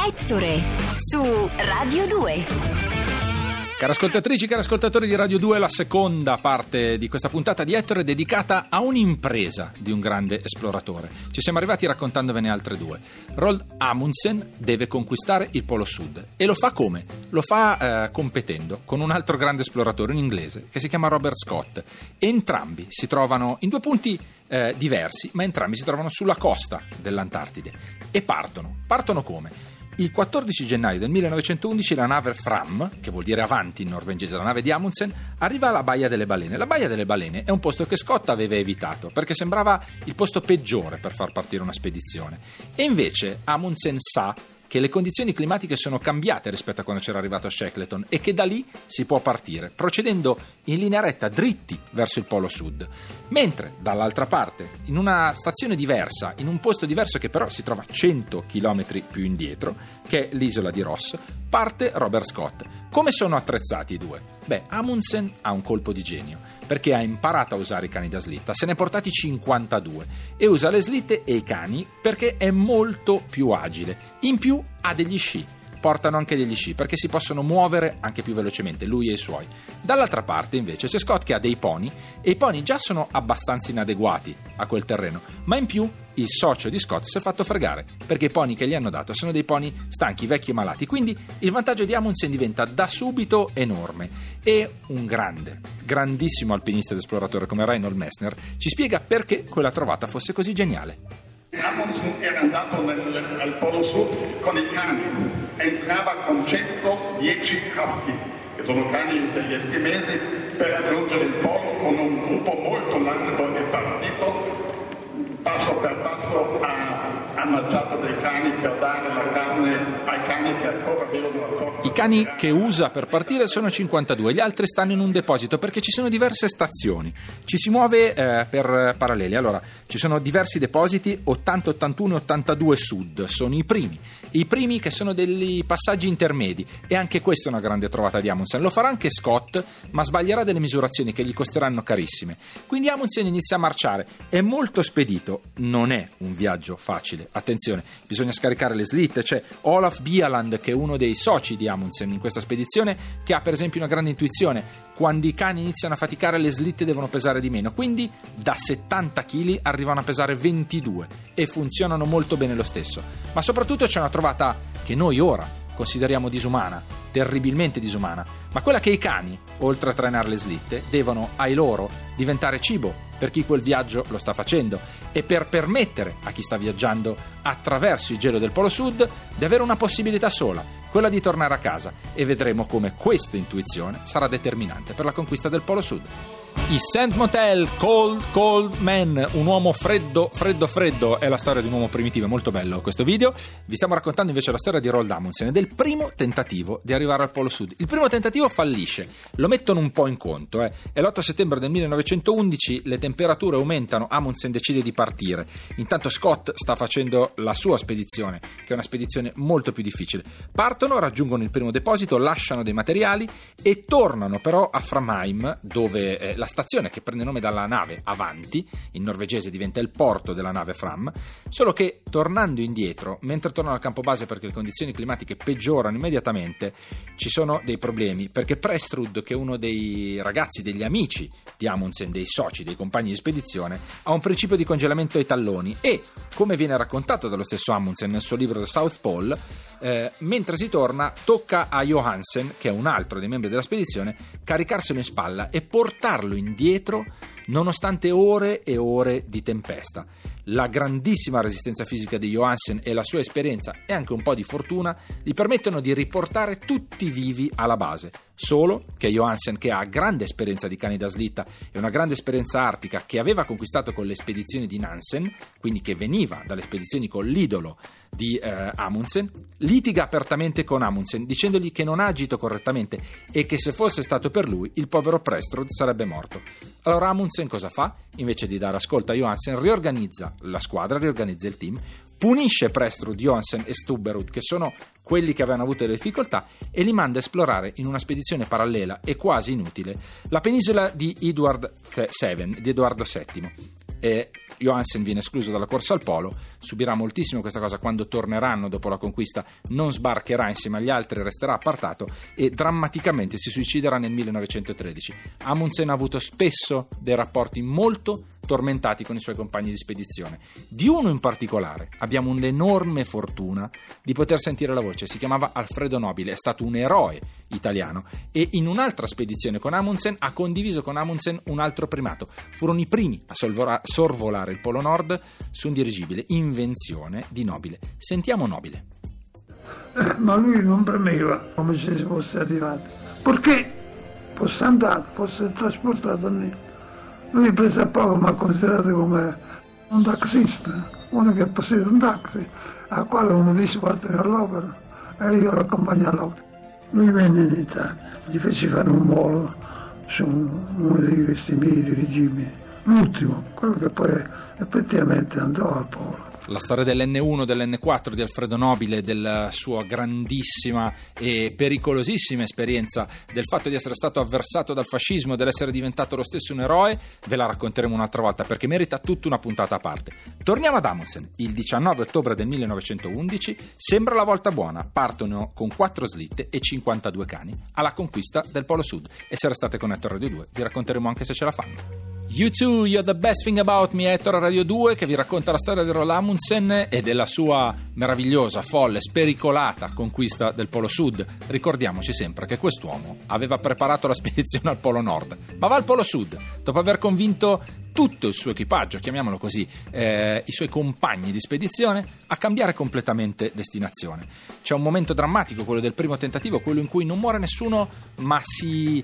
Ettore su Radio 2. Cari ascoltatrici, cari ascoltatori di Radio 2, la seconda parte di questa puntata di Ettore è dedicata a un'impresa di un grande esploratore. Ci siamo arrivati raccontandovene altre due. Roald Amundsen deve conquistare il Polo Sud e lo fa come? Lo fa competendo con un altro grande esploratore, un inglese, che si chiama Robert Scott. Entrambi si trovano in due punti diversi, ma entrambi si trovano sulla costa dell'Antartide e partono come? Il 14 gennaio del 1911 la nave Fram, che vuol dire avanti in norvegese, la nave di Amundsen, arriva alla Baia delle Balene. La Baia delle Balene è un posto che Scott aveva evitato perché sembrava il posto peggiore per far partire una spedizione. E invece Amundsen sa che le condizioni climatiche sono cambiate rispetto a quando c'era arrivato a Shackleton e che da lì si può partire, procedendo in linea retta dritti verso il Polo Sud. Mentre dall'altra parte, in una stazione diversa, in un posto diverso che però si trova 100 km più indietro, che è l'isola di Ross, parte Robert Scott. Come sono attrezzati i due? Amundsen ha un colpo di genio, perché ha imparato a usare i cani da slitta, se ne è portati 52 e usa le slitte e i cani perché è molto più agile. In più ha degli sci. Portano anche degli sci perché si possono muovere anche più velocemente, lui e i suoi. Dall'altra parte invece c'è Scott che ha dei pony e i pony già sono abbastanza inadeguati a quel terreno, ma in più il socio di Scott si è fatto fregare perché i pony che gli hanno dato sono dei pony stanchi, vecchi e malati, quindi il vantaggio di Amundsen diventa da subito enorme. E un grandissimo alpinista ed esploratore come Reinhold Messner ci spiega perché quella trovata fosse così geniale. Amundsen era andato al Polo Sud con i cani, entrava con 110 husky, che sono cani degli eschimesi, per raggiungere il Polo con un gruppo molto largo e partito. Passo per passo ha ammazzato dei cani per dare la carne ai cani che ancora avevano la forza. I cani che usa per partire sono 52, gli altri stanno in un deposito perché ci sono diverse stazioni. Ci si muove per paralleli. Allora, ci sono diversi depositi, 80, 81 e 82 sud, sono i primi che sono degli passaggi intermedi, e anche questa è una grande trovata di Amundsen. Lo farà anche Scott, ma sbaglierà delle misurazioni che gli costeranno carissime. Quindi Amundsen inizia a marciare, è molto spedito. Non è un viaggio facile, attenzione, bisogna scaricare le slitte. C'è Olaf Bieland, che è uno dei soci di Amundsen in questa spedizione, che ha per esempio una grande intuizione: quando i cani iniziano a faticare le slitte devono pesare di meno, quindi da 70 kg arrivano a pesare 22 e funzionano molto bene lo stesso. Ma soprattutto c'è una trovata che noi ora consideriamo disumana, terribilmente disumana, ma quella che i cani, oltre a trainare le slitte, devono ai loro diventare cibo per chi quel viaggio lo sta facendo e per permettere a chi sta viaggiando attraverso il gelo del Polo Sud di avere una possibilità sola, quella di tornare a casa, e vedremo come questa intuizione sarà determinante per la conquista del Polo Sud. I Sand Motel, Cold Man, un uomo freddo, è la storia di un uomo primitivo, è molto bello questo video. Vi stiamo raccontando invece la storia di Roald Amundsen e del primo tentativo di arrivare al Polo Sud. Il primo tentativo fallisce, lo mettono un po' in conto, È l'8 settembre del 1911, le temperature aumentano, Amundsen decide di partire. Intanto Scott sta facendo la sua spedizione, che è una spedizione molto più difficile. Partono, raggiungono il primo deposito, lasciano dei materiali e tornano però a Framheim, dove la stazione che prende nome dalla nave Avanti, in norvegese diventa il porto della nave Fram, solo che tornando indietro, mentre tornano al campo base perché le condizioni climatiche peggiorano immediatamente, ci sono dei problemi, perché Prestrud, che è uno dei ragazzi, degli amici di Amundsen, dei soci, dei compagni di spedizione, ha un principio di congelamento ai talloni e, come viene raccontato dallo stesso Amundsen nel suo libro The South Pole, mentre si torna tocca a Johansen, che è un altro dei membri della spedizione, caricarselo in spalla e portarlo indietro nonostante ore e ore di tempesta. La grandissima resistenza fisica di Johansen e la sua esperienza e anche un po' di fortuna gli permettono di riportare tutti vivi alla base. Solo che Johansen, che ha grande esperienza di cani da slitta e una grande esperienza artica che aveva conquistato con le spedizioni di Nansen, quindi che veniva dalle spedizioni con l'idolo di Amundsen, litiga apertamente con Amundsen dicendogli che non ha agito correttamente e che se fosse stato per lui il povero Prestrud sarebbe morto. Allora Amundsen cosa fa? Invece di dare ascolto a Johansen, riorganizza la squadra, riorganizza il team, punisce Prestrud, Johansen e Stubberud, che sono quelli che avevano avuto delle difficoltà, e li manda a esplorare in una spedizione parallela e quasi inutile la penisola di Edoardo VII. e Johansen viene escluso dalla corsa al polo, subirà moltissimo questa cosa quando torneranno dopo la conquista, non sbarcherà insieme agli altri, resterà appartato e drammaticamente si suiciderà nel 1913. Amundsen ha avuto spesso dei rapporti molto tormentati con i suoi compagni di spedizione. Di uno in particolare abbiamo un'enorme fortuna di poter sentire la voce. Si chiamava Alfredo Nobile, è stato un eroe italiano e in un'altra spedizione con Amundsen ha condiviso con Amundsen un altro primato. Furono i primi a sorvolare il Polo Nord su un dirigibile, invenzione di Nobile. Sentiamo Nobile. Ma lui non premeva come se si fosse arrivato, perché fosse andato, fosse trasportato lì. Lui preso a poco mi ha considerato come un taxista, uno che possiede un taxi, al quale uno dice portami all'opera e io lo accompagno all'opera. Lui venne in Italia, gli feci fare un volo su uno di questi miei dirigibili, l'ultimo, quello che poi effettivamente andò al polo. La storia dell'N1, dell'N4 di Alfredo Nobile, della sua grandissima e pericolosissima esperienza, del fatto di essere stato avversato dal fascismo, dell'essere diventato lo stesso un eroe, ve la racconteremo un'altra volta perché merita tutta una puntata a parte. Torniamo ad Amundsen. Il 19 ottobre del 1911 sembra la volta buona, partono con 4 slitte e 52 cani alla conquista del Polo Sud e se restate connetti a Radio 2 vi racconteremo anche se ce la fanno. You Too, You're the Best Thing About Me, Ettore Radio 2 che vi racconta la storia di Roald Amundsen e della sua meravigliosa, folle, spericolata conquista del Polo Sud. Ricordiamoci sempre che quest'uomo aveva preparato la spedizione al Polo Nord, ma va al Polo Sud dopo aver convinto tutto il suo equipaggio, chiamiamolo così, i suoi compagni di spedizione, a cambiare completamente destinazione. C'è un momento drammatico, quello del primo tentativo, quello in cui non muore nessuno, ma si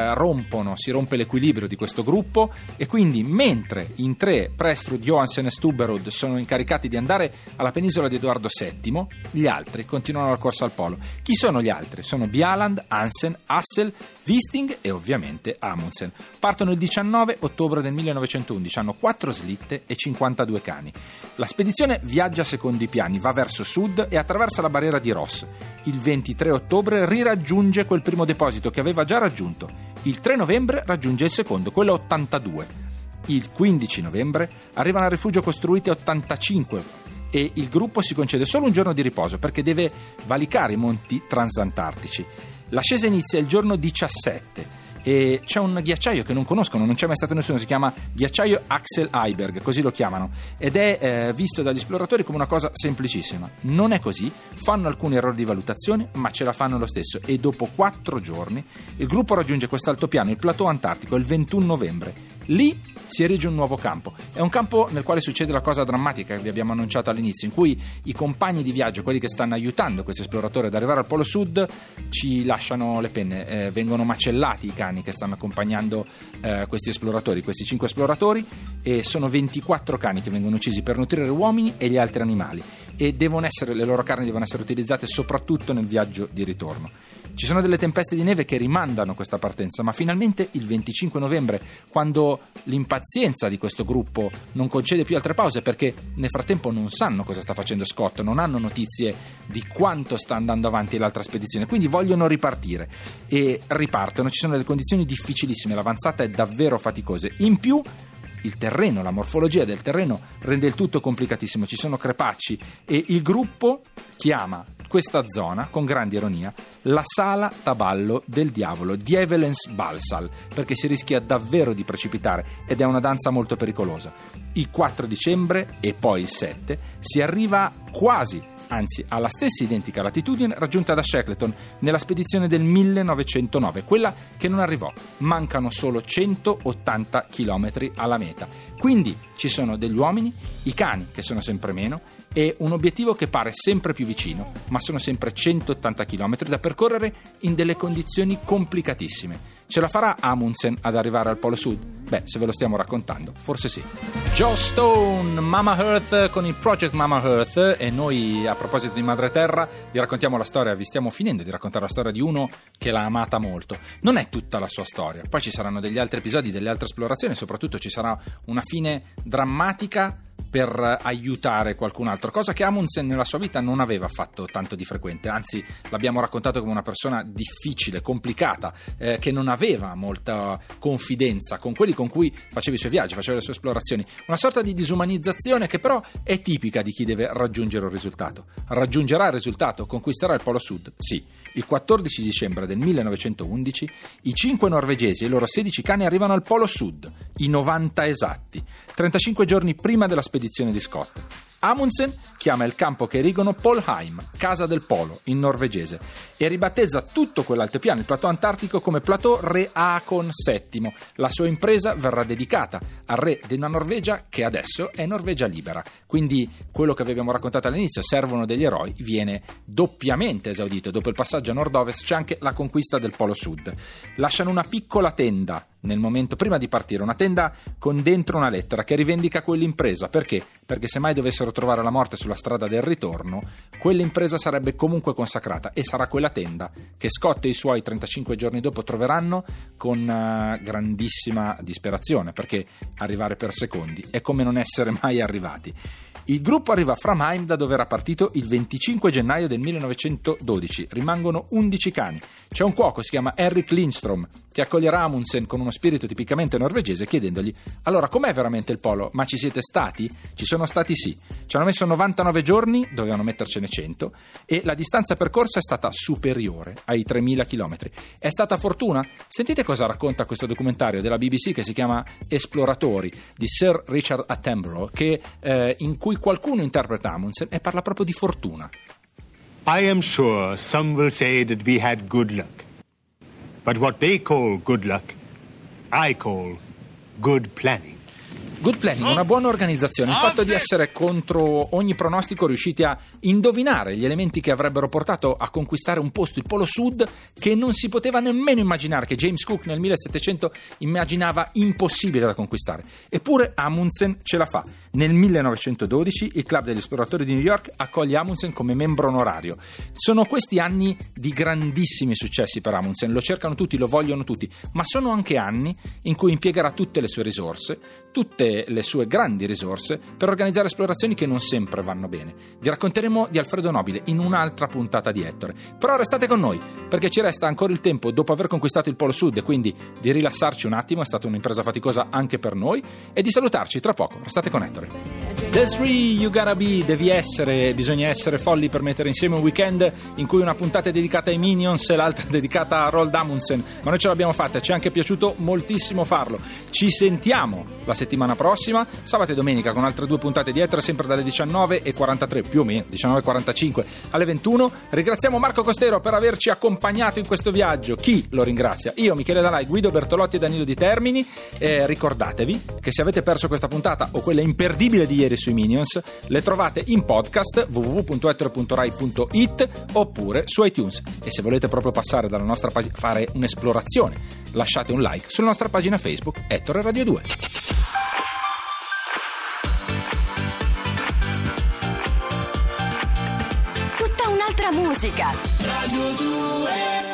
rompe l'equilibrio di questo gruppo e quindi mentre in 3 Prestrud, Johansen e Stubberud sono incaricati di andare alla penisola di Edoardo VII, gli altri continuano la corsa al polo. Chi sono gli altri? Sono Bjaaland, Hansen, Hassel, Wisting e ovviamente Amundsen. Partono il 19 ottobre del 1911, hanno 4 slitte e 52 cani. La spedizione viaggia secondo i piani, va verso sud e attraversa la barriera di Ross. Il 23 ottobre riraggiunge quel primo deposito che aveva già raggiunto. Il 3 novembre raggiunge il secondo, quello 82. Il 15 novembre arrivano al rifugio costruiti 85 e il gruppo si concede solo un giorno di riposo perché deve valicare i monti transantartici. L'ascesa inizia il giorno 17 e c'è un ghiacciaio che non conoscono, non c'è mai stato nessuno, si chiama ghiacciaio Axel Heiberg, così lo chiamano, ed è visto dagli esploratori come una cosa semplicissima. Non è così, fanno alcuni errori di valutazione, ma ce la fanno lo stesso e dopo 4 giorni il gruppo raggiunge quest'altopiano, il plateau antartico, il 21 novembre. Lì si erige un nuovo campo. È un campo nel quale succede la cosa drammatica che vi abbiamo annunciato all'inizio, in cui i compagni di viaggio, quelli che stanno aiutando questi esploratori ad arrivare al Polo Sud, ci lasciano le penne, vengono macellati i cani che stanno accompagnando questi esploratori, questi 5 esploratori, e sono 24 cani che vengono uccisi per nutrire uomini e gli altri animali e le loro carni devono essere utilizzate soprattutto nel viaggio di ritorno. Ci sono delle tempeste di neve che rimandano questa partenza, ma finalmente il 25 novembre, quando l'impazienza di questo gruppo non concede più altre pause perché nel frattempo non sanno cosa sta facendo Scott, non hanno notizie di quanto sta andando avanti l'altra spedizione, quindi vogliono ripartire e ripartono. Ci sono delle condizioni difficilissime, l'avanzata è davvero faticosa. In più il terreno, la morfologia del terreno rende il tutto complicatissimo, ci sono crepacci e il gruppo chiama questa zona, con grande ironia, la sala taballo del diavolo, Djevelens Balsal, perché si rischia davvero di precipitare ed è una danza molto pericolosa. Il 4 dicembre e poi il 7 si arriva quasi, anzi alla stessa identica latitudine raggiunta da Shackleton nella spedizione del 1909, quella che non arrivò. Mancano solo 180 chilometri alla meta. Quindi ci sono degli uomini, i cani che sono sempre meno e un obiettivo che pare sempre più vicino, ma sono sempre 180 chilometri da percorrere in delle condizioni complicatissime. Ce la farà Amundsen ad arrivare al Polo Sud? Beh, se ve lo stiamo raccontando, forse sì. Joe Stone, Mama Earth con il Project Mama Earth, e noi a proposito di Madre Terra vi raccontiamo la storia, vi stiamo finendo di raccontare la storia di uno che l'ha amata molto. Non è tutta la sua storia, poi ci saranno degli altri episodi, delle altre esplorazioni, soprattutto ci sarà una fine drammatica per aiutare qualcun altro, cosa che Amundsen nella sua vita non aveva fatto tanto di frequente, anzi l'abbiamo raccontato come una persona difficile, complicata, che non aveva molta confidenza con quelli con cui faceva i suoi viaggi, faceva le sue esplorazioni, una sorta di disumanizzazione che però è tipica di chi deve raggiungere un risultato. Raggiungerà il risultato, conquisterà il Polo Sud? Sì. Il 14 dicembre del 1911 i 5 norvegesi e i loro 16 cani arrivano al Polo Sud, i 90 esatti, 35 giorni prima della spedizione di Scott. Amundsen chiama il campo che erigono Polheim, casa del polo, in norvegese, e ribattezza tutto quell'altopiano, il plateau antartico, come plateau Re Haakon VII. La sua impresa verrà dedicata al re di una Norvegia che adesso è Norvegia libera. Quindi quello che abbiamo raccontato all'inizio, servono degli eroi, viene doppiamente esaudito. Dopo il passaggio a nord-ovest c'è anche la conquista del Polo Sud. Lasciano una piccola tenda nel momento prima di partire, una tenda con dentro una lettera che rivendica quell'impresa. Perché? Perché se mai dovessero trovare la morte sulla strada del ritorno, quell'impresa sarebbe comunque consacrata, e sarà quella tenda che Scott e i suoi 35 giorni dopo troveranno con grandissima disperazione, perché arrivare per secondi è come non essere mai arrivati. Il gruppo arriva a Framheim, da dove era partito il 25 gennaio del 1912. Rimangono 11 cani. C'è un cuoco, si chiama Henrik Lindström, che accoglierà Amundsen con uno spirito tipicamente norvegese, chiedendogli: allora, com'è veramente il polo? Ma ci siete stati? Ci sono stati, sì. Ci hanno messo 99 giorni, dovevano mettercene 100, e la distanza percorsa è stata superiore ai 3.000 chilometri. È stata fortuna? Sentite cosa racconta questo documentario della BBC che si chiama Esploratori, di Sir Richard Attenborough, in cui qualcuno interpreta Amundsen e parla proprio di fortuna. I am sure some will say that we had good luck. But what they call good luck, I call good planning. Good planning, una buona organizzazione, il fatto di essere contro ogni pronostico riusciti a indovinare gli elementi che avrebbero portato a conquistare un posto, il Polo Sud, che non si poteva nemmeno immaginare, che James Cook nel 1700 immaginava impossibile da conquistare. Eppure Amundsen ce la fa. Nel 1912 il Club degli Esploratori di New York accoglie Amundsen come membro onorario. Sono questi anni di grandissimi successi per Amundsen, lo cercano tutti, lo vogliono tutti, ma sono anche anni in cui impiegherà tutte le sue risorse, tutte le sue grandi risorse, per organizzare esplorazioni che non sempre vanno bene. Vi racconteremo di Alfredo Nobile in un'altra puntata di Ettore. Però restate con noi, perché ci resta ancora il tempo, dopo aver conquistato il Polo Sud, e quindi di rilassarci un attimo, è stata un'impresa faticosa anche per noi, e di salutarci tra poco. Restate con Ettore. That's free, you gotta be, bisogna essere folli per mettere insieme un weekend in cui una puntata è dedicata ai Minions e l'altra è dedicata a Roald Amundsen, ma noi ce l'abbiamo fatta, ci è anche piaciuto moltissimo farlo. Ci sentiamo la settimana prossima, sabato e domenica, con altre 2 puntate di Ettore, sempre dalle 19:43 più o meno, 19:45 alle 21. Ringraziamo Marco Costero per averci accompagnato in questo viaggio. Chi lo ringrazia? Io, Michele Dalai, Guido Bertolotti e Danilo Di Termini. Ricordatevi che se avete perso questa puntata o quella imperdibile di ieri sui Minions, le trovate in podcast www.ettore.rai.it oppure su iTunes. E se volete proprio passare dalla nostra pagina, fare un'esplorazione, lasciate un like sulla nostra pagina Facebook Ettore Radio 2. Tutta un'altra musica. Radio 2